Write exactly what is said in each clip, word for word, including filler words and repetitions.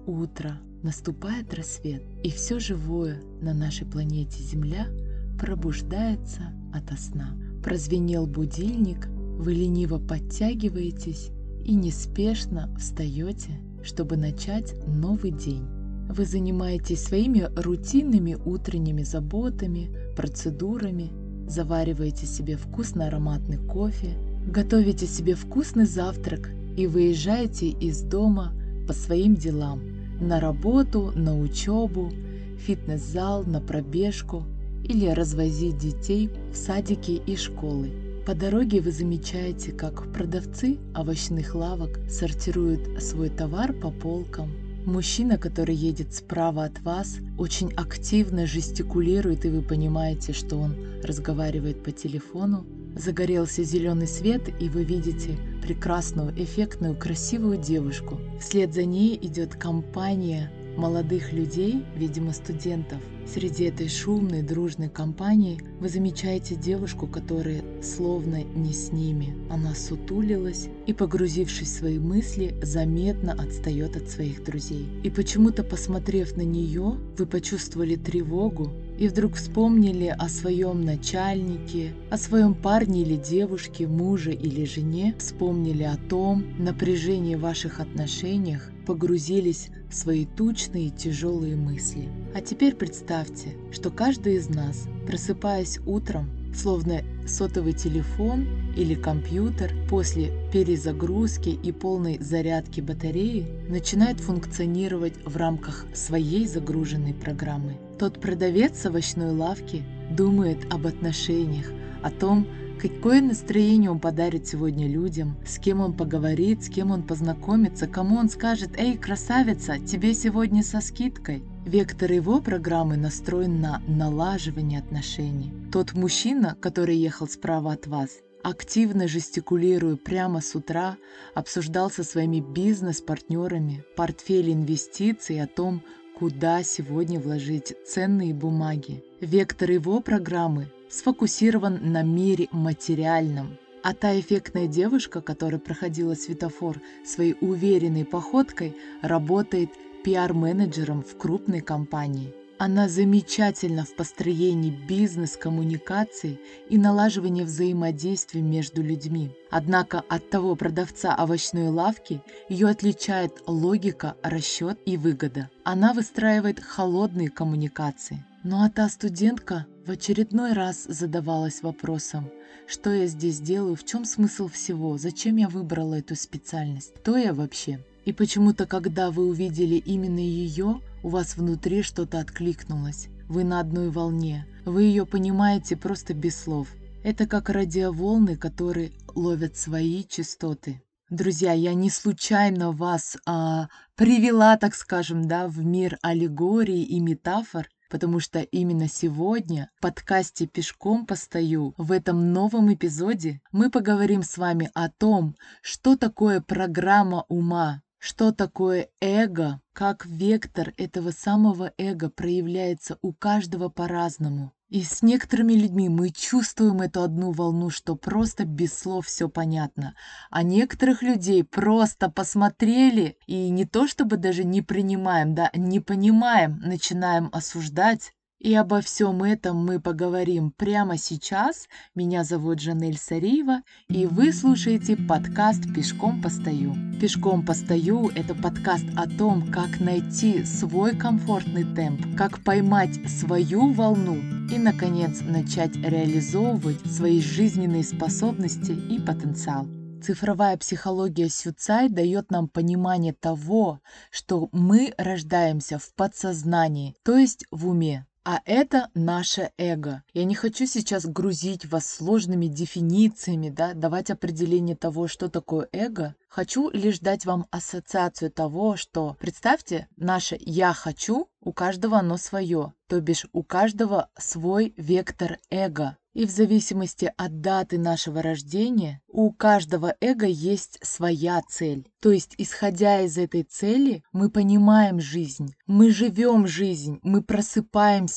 утро, наступает рассвет, и все живое на нашей планете Земля пробуждается ото сна. Прозвенел будильник, вы лениво подтягиваетесь и неспешно встаете, чтобы начать новый день. Вы занимаетесь своими рутинными утренними заботами, процедурами, завариваете себе вкусный ароматный кофе, готовите себе вкусный завтрак и выезжаете из дома по своим делам, на работу, на учебу, фитнес-зал, на пробежку или развозить детей в садики и школы. По дороге вы замечаете, как продавцы овощных лавок сортируют свой товар по полкам. Мужчина, который едет справа от вас, очень активно жестикулирует, и вы понимаете, что он разговаривает по телефону. Загорелся зеленый свет, и вы видите прекрасную, эффектную, красивую девушку. Вслед за ней идет компания молодых людей, видимо, студентов. Среди этой шумной, дружной компании вы замечаете девушку, которая словно не с ними. Она сутулилась и, погрузившись в свои мысли, заметно отстает от своих друзей. И почему-то, посмотрев на нее, вы почувствовали тревогу и вдруг вспомнили о своем начальнике, о своем парне или девушке, муже или жене, вспомнили о том напряжении в ваших отношениях, погрузились в свои тучные и тяжелые мысли. А теперь представьте, что каждый из нас, просыпаясь утром, словно сотовый телефон или компьютер, после перезагрузки и полной зарядки батареи начинает функционировать в рамках своей загруженной программы. Тот продавец с овощной лавки думает об отношениях, о том, какое настроение он подарит сегодня людям, с кем он поговорит, с кем он познакомится, кому он скажет: «Эй, красавица, тебе сегодня со скидкой». Вектор его программы настроен на налаживание отношений. Тот мужчина, который ехал справа от вас, активно жестикулируя прямо с утра, обсуждал со своими бизнес-партнерами портфель инвестиций о том, куда сегодня вложить ценные бумаги. Вектор его программы сфокусирован на мире материальном. А та эффектная девушка, которая проходила светофор своей уверенной походкой, работает пиар-менеджером в крупной компании. Она замечательна в построении бизнес-коммуникаций и налаживании взаимодействия между людьми. Однако от того продавца овощной лавки ее отличает логика, расчет и выгода. Она выстраивает холодные коммуникации. Ну а та студентка в очередной раз задавалась вопросом: что я здесь делаю, в чем смысл всего, зачем я выбрала эту специальность, кто я вообще? И почему-то, когда вы увидели именно ее, у вас внутри что-то откликнулось. Вы на одной волне, вы ее понимаете просто без слов. Это как радиоволны, которые ловят свои частоты. Друзья, я не случайно вас а, привела, так скажем, да, в мир аллегорий и метафор, потому что именно сегодня в подкасте «Пешком постою» в этом новом эпизоде мы поговорим с вами о том, что такое программа ума, что такое эго, как вектор этого самого эго проявляется у каждого по-разному. И с некоторыми людьми мы чувствуем эту одну волну, что просто без слов все понятно. А некоторых людей просто посмотрели и не то чтобы даже не принимаем, да, не понимаем, начинаем осуждать. И обо всем этом мы поговорим прямо сейчас. Меня зовут Жанель Сариева, и вы слушаете подкаст «Пешком постою». «Пешком постою» — это подкаст о том, как найти свой комфортный темп, как поймать свою волну и, наконец, начать реализовывать свои жизненные способности и потенциал. Цифровая психология Сюцай дает нам понимание того, что мы рождаемся в подсознании, то есть в уме. А это наше эго. Я не хочу сейчас грузить вас сложными дефинициями, да, давать определение того, что такое эго. Хочу лишь дать вам ассоциацию того, что, представьте, наше «я хочу», у каждого оно свое, то бишь у каждого свой вектор эго. И в зависимости от даты нашего рождения у каждого эго есть своя цель. То есть, исходя из этой цели, мы понимаем жизнь, мы живем жизнь, мы просыпаемся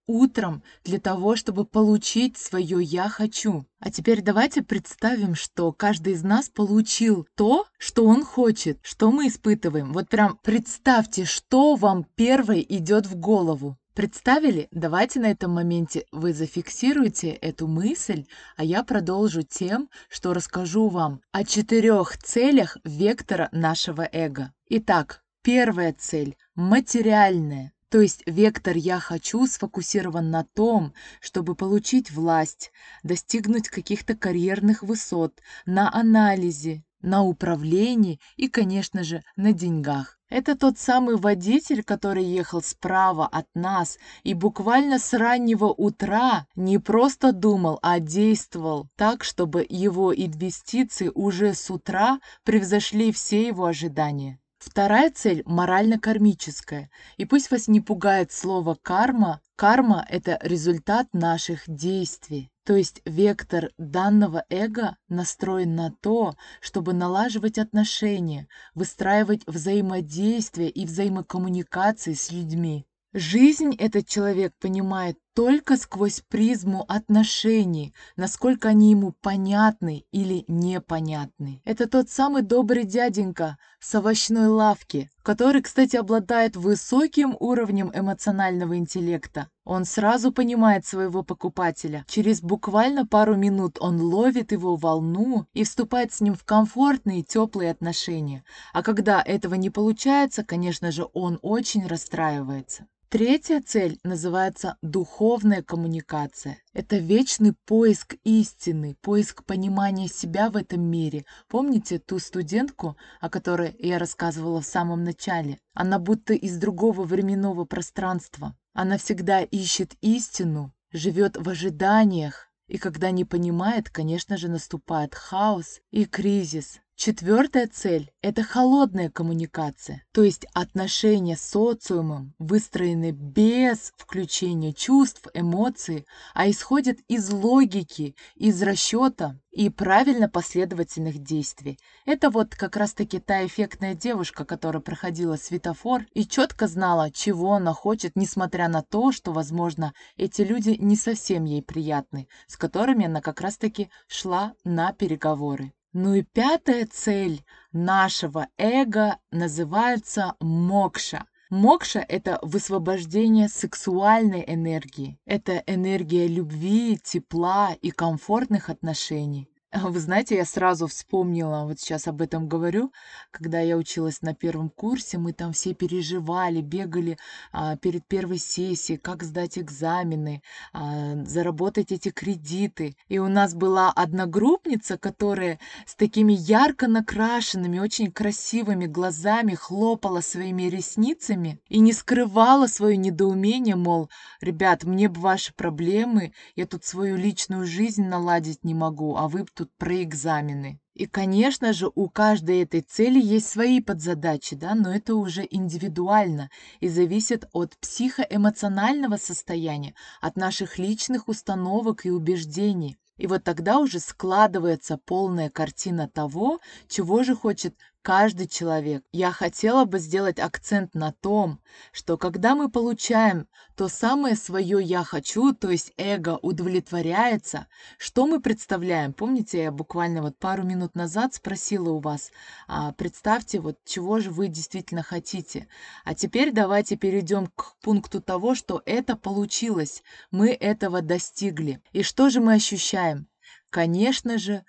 утром для того, чтобы получить свое «я хочу». А теперь давайте представим, что каждый из нас получил то, что он хочет, что мы испытываем. Вот прям представьте, что вам первое идет в голову. Представили? Давайте на этом моменте вы зафиксируете эту мысль, а я продолжу тем, что расскажу вам о четырех целях вектора нашего эго. Итак, первая цель – материальная. То есть вектор «я хочу» сфокусирован на том, чтобы получить власть, достигнуть каких-то карьерных высот, на анализе, на управлении и, конечно же, на деньгах. Это тот самый водитель, который ехал справа от нас и буквально с раннего утра не просто думал, а действовал так, чтобы его инвестиции уже с утра превзошли все его ожидания. Вторая цель – морально-кармическая. И пусть вас не пугает слово «карма». Карма – это результат наших действий. То есть вектор данного эго настроен на то, чтобы налаживать отношения, выстраивать взаимодействие и взаимокоммуникации с людьми. Жизнь этот человек понимает только сквозь призму отношений, насколько они ему понятны или непонятны. Это тот самый добрый дяденька с овощной лавки, который, кстати, обладает высоким уровнем эмоционального интеллекта. Он сразу понимает своего покупателя. Через буквально пару минут он ловит его волну и вступает с ним в комфортные, теплые отношения. А когда этого не получается, конечно же, он очень расстраивается. Третья цель называется духовная коммуникация. Это вечный поиск истины, поиск понимания себя в этом мире. Помните ту студентку, о которой я рассказывала в самом начале? Она будто из другого временного пространства. Она всегда ищет истину, живет в ожиданиях, и когда не понимает, конечно же, наступает хаос и кризис. Четвертая цель – это холодная коммуникация, то есть отношения с социумом, выстроены без включения чувств, эмоций, а исходят из логики, из расчета и правильно последовательных действий. Это вот как раз-таки та эффектная девушка, которая проходила светофор и четко знала, чего она хочет, несмотря на то, что, возможно, эти люди не совсем ей приятны, с которыми она как раз-таки шла на переговоры. Ну и пятая цель нашего эго называется мокша. Мокша – это высвобождение сексуальной энергии. Это энергия любви, тепла и комфортных отношений. Вы знаете, я сразу вспомнила, вот сейчас об этом говорю, когда я училась на первом курсе, мы там все переживали, бегали а, перед первой сессией, как сдать экзамены, а, заработать эти кредиты. И у нас была одногруппница, которая с такими ярко накрашенными, очень красивыми глазами хлопала своими ресницами и не скрывала свое недоумение, мол, ребят, мне бы ваши проблемы, я тут свою личную жизнь наладить не могу, а вы тут про экзамены. И, конечно же, у каждой этой цели есть свои подзадачи, да, но это уже индивидуально и зависит от психоэмоционального состояния, от наших личных установок и убеждений. И вот тогда уже складывается полная картина того, чего же хочет каждый человек. Я хотела бы сделать акцент на том, что когда мы получаем то самое свое «я хочу», то есть эго удовлетворяется, что мы представляем? Помните, я буквально вот пару минут назад спросила у вас, а, представьте, вот чего же вы действительно хотите. А теперь давайте перейдем к пункту того, что это получилось, мы этого достигли. И что же мы ощущаем? Конечно же,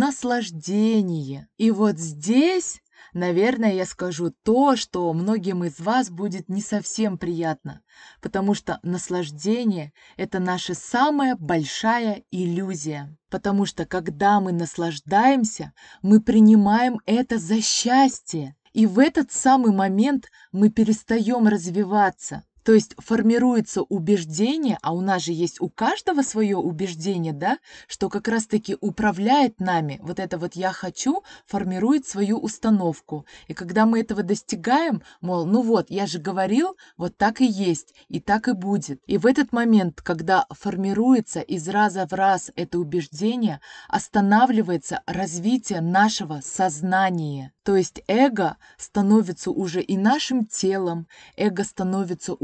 наслаждение. И вот здесь, наверное, я скажу то, что многим из вас будет не совсем приятно, потому что наслаждение – это наша самая большая иллюзия. Потому что когда мы наслаждаемся, мы принимаем это за счастье. И в этот самый момент мы перестаем развиваться. То есть формируется убеждение, а у нас же есть у каждого свое убеждение, да, что как раз-таки управляет нами. Вот это вот «я хочу» формирует свою установку. И когда мы этого достигаем, мол, ну вот, я же говорил, вот так и есть, и так и будет. И в этот момент, когда формируется из раза в раз это убеждение, останавливается развитие нашего сознания. То есть эго становится уже и нашим телом, эго становится уже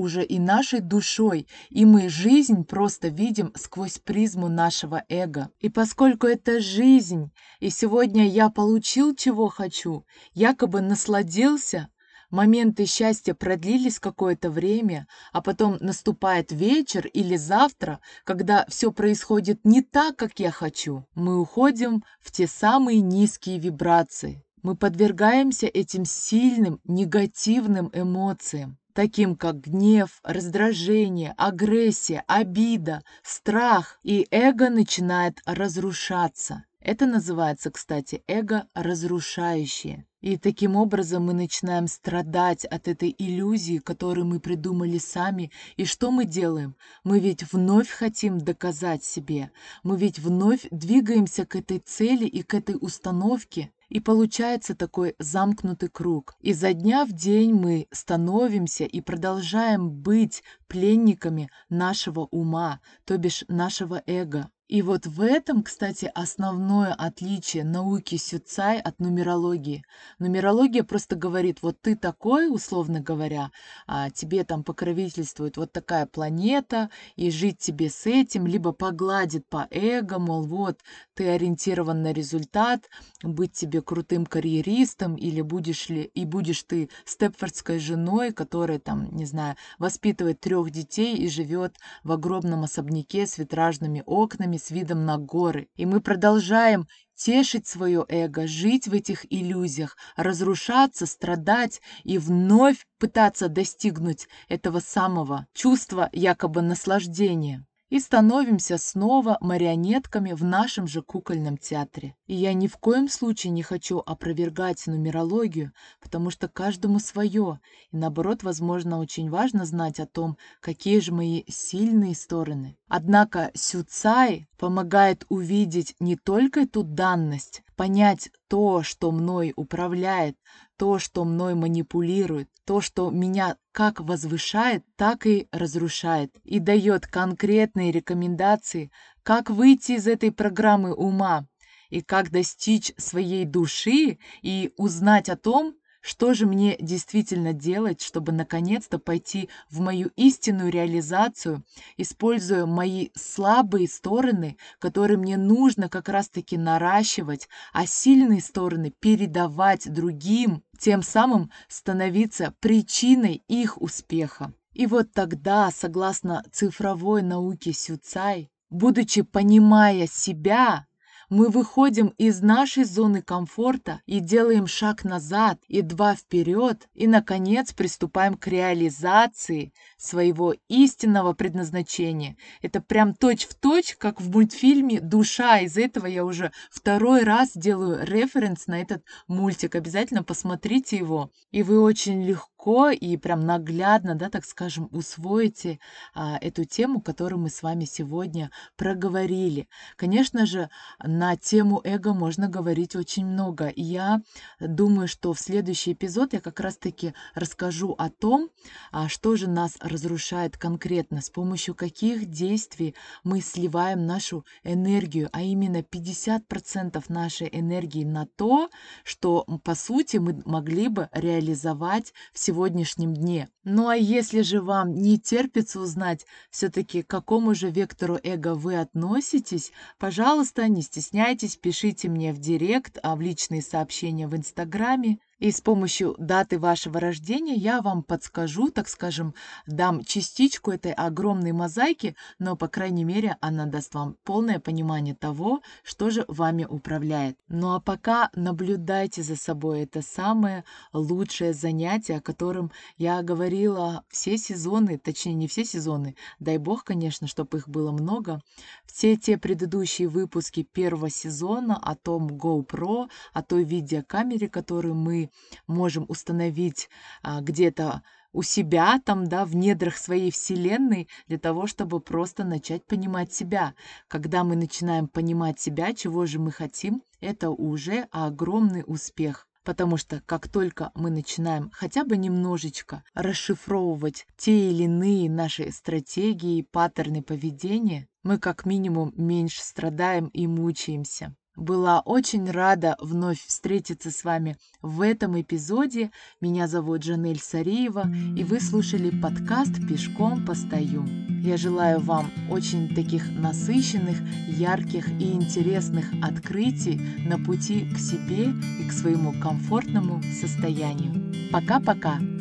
уже и нашей душой, и мы жизнь просто видим сквозь призму нашего эго. И поскольку это жизнь, и сегодня я получил, чего хочу, якобы насладился, моменты счастья продлились какое-то время, а потом наступает вечер или завтра, когда все происходит не так, как я хочу. Мы уходим в те самые низкие вибрации. Мы подвергаемся этим сильным негативным эмоциям, таким как гнев, раздражение, агрессия, обида, страх, и эго начинает разрушаться. Это называется, кстати, эго разрушающее. И таким образом мы начинаем страдать от этой иллюзии, которую мы придумали сами. И что мы делаем? Мы ведь вновь хотим доказать себе. Мы ведь вновь двигаемся к этой цели и к этой установке. И получается такой замкнутый круг. Изо дня в день мы становимся и продолжаем быть пленниками нашего ума, то бишь нашего эго. И вот в этом, кстати, основное отличие науки Сюцай от нумерологии. Нумерология просто говорит, вот ты такой, условно говоря, а тебе там покровительствует вот такая планета, и жить тебе с этим, либо погладит по эго, мол, вот ты ориентирован на результат, быть тебе крутым карьеристом, или будешь ли, и будешь ты степфордской женой, которая там, не знаю, воспитывает трех детей и живет в огромном особняке с витражными окнами, с видом на горы. И мы продолжаем тешить свое эго, жить в этих иллюзиях, разрушаться, страдать и вновь пытаться достигнуть этого самого чувства якобы наслаждения. И становимся снова марионетками в нашем же кукольном театре. И я ни в коем случае не хочу опровергать нумерологию, потому что каждому свое. И наоборот, возможно, очень важно знать о том, какие же мои сильные стороны. Однако Сюцай помогает увидеть не только эту данность, понять то, что мной управляет, то, что мной манипулирует, то, что меня как возвышает, так и разрушает, и дает конкретные рекомендации, как выйти из этой программы ума и как достичь своей души и узнать о том, что же мне действительно делать, чтобы наконец-то пойти в мою истинную реализацию, используя мои слабые стороны, которые мне нужно как раз-таки наращивать, а сильные стороны передавать другим, тем самым становиться причиной их успеха. И вот тогда, согласно цифровой науке Сюцай, будучи понимая себя, мы выходим из нашей зоны комфорта и делаем шаг назад и два вперед, и, наконец, приступаем к реализации своего истинного предназначения. Это прям точь-в-точь, как в мультфильме «Душа». Из этого я уже второй раз делаю референс на этот мультик. Обязательно посмотрите его, и вы очень легко и прям наглядно, да, так скажем, усвоите а, эту тему, которую мы с вами сегодня проговорили. Конечно же, на тему эго можно говорить очень много. И я думаю, что в следующий эпизод я как раз-таки расскажу о том, что же нас разрушает конкретно, с помощью каких действий мы сливаем нашу энергию, а именно пятьдесят процентов нашей энергии на то, что, по сути, мы могли бы реализовать в сегодняшнем дне. Ну а если же вам не терпится узнать все-таки, к какому же вектору эго вы относитесь, пожалуйста, не стесняйтесь, пишите мне в директ, а в личные сообщения в Инстаграме. И с помощью даты вашего рождения я вам подскажу, так скажем, дам частичку этой огромной мозаики, но, по крайней мере, она даст вам полное понимание того, что же вами управляет. Ну а пока наблюдайте за собой. Это самое лучшее занятие, о котором я говорила все сезоны, точнее, не все сезоны, дай бог, конечно, чтобы их было много. Все те предыдущие выпуски первого сезона о том GoPro, о той видеокамере, которую мы можем установить а, где-то у себя, там, да, в недрах своей вселенной, для того, чтобы просто начать понимать себя. Когда мы начинаем понимать себя, чего же мы хотим, это уже огромный успех. Потому что как только мы начинаем хотя бы немножечко расшифровывать те или иные наши стратегии, паттерны поведения, мы как минимум меньше страдаем и мучаемся. Была очень рада вновь встретиться с вами в этом эпизоде. Меня зовут Жанель Сариева, и вы слушали подкаст «Пешком постою». Я желаю вам очень таких насыщенных, ярких и интересных открытий на пути к себе и к своему комфортному состоянию. Пока-пока!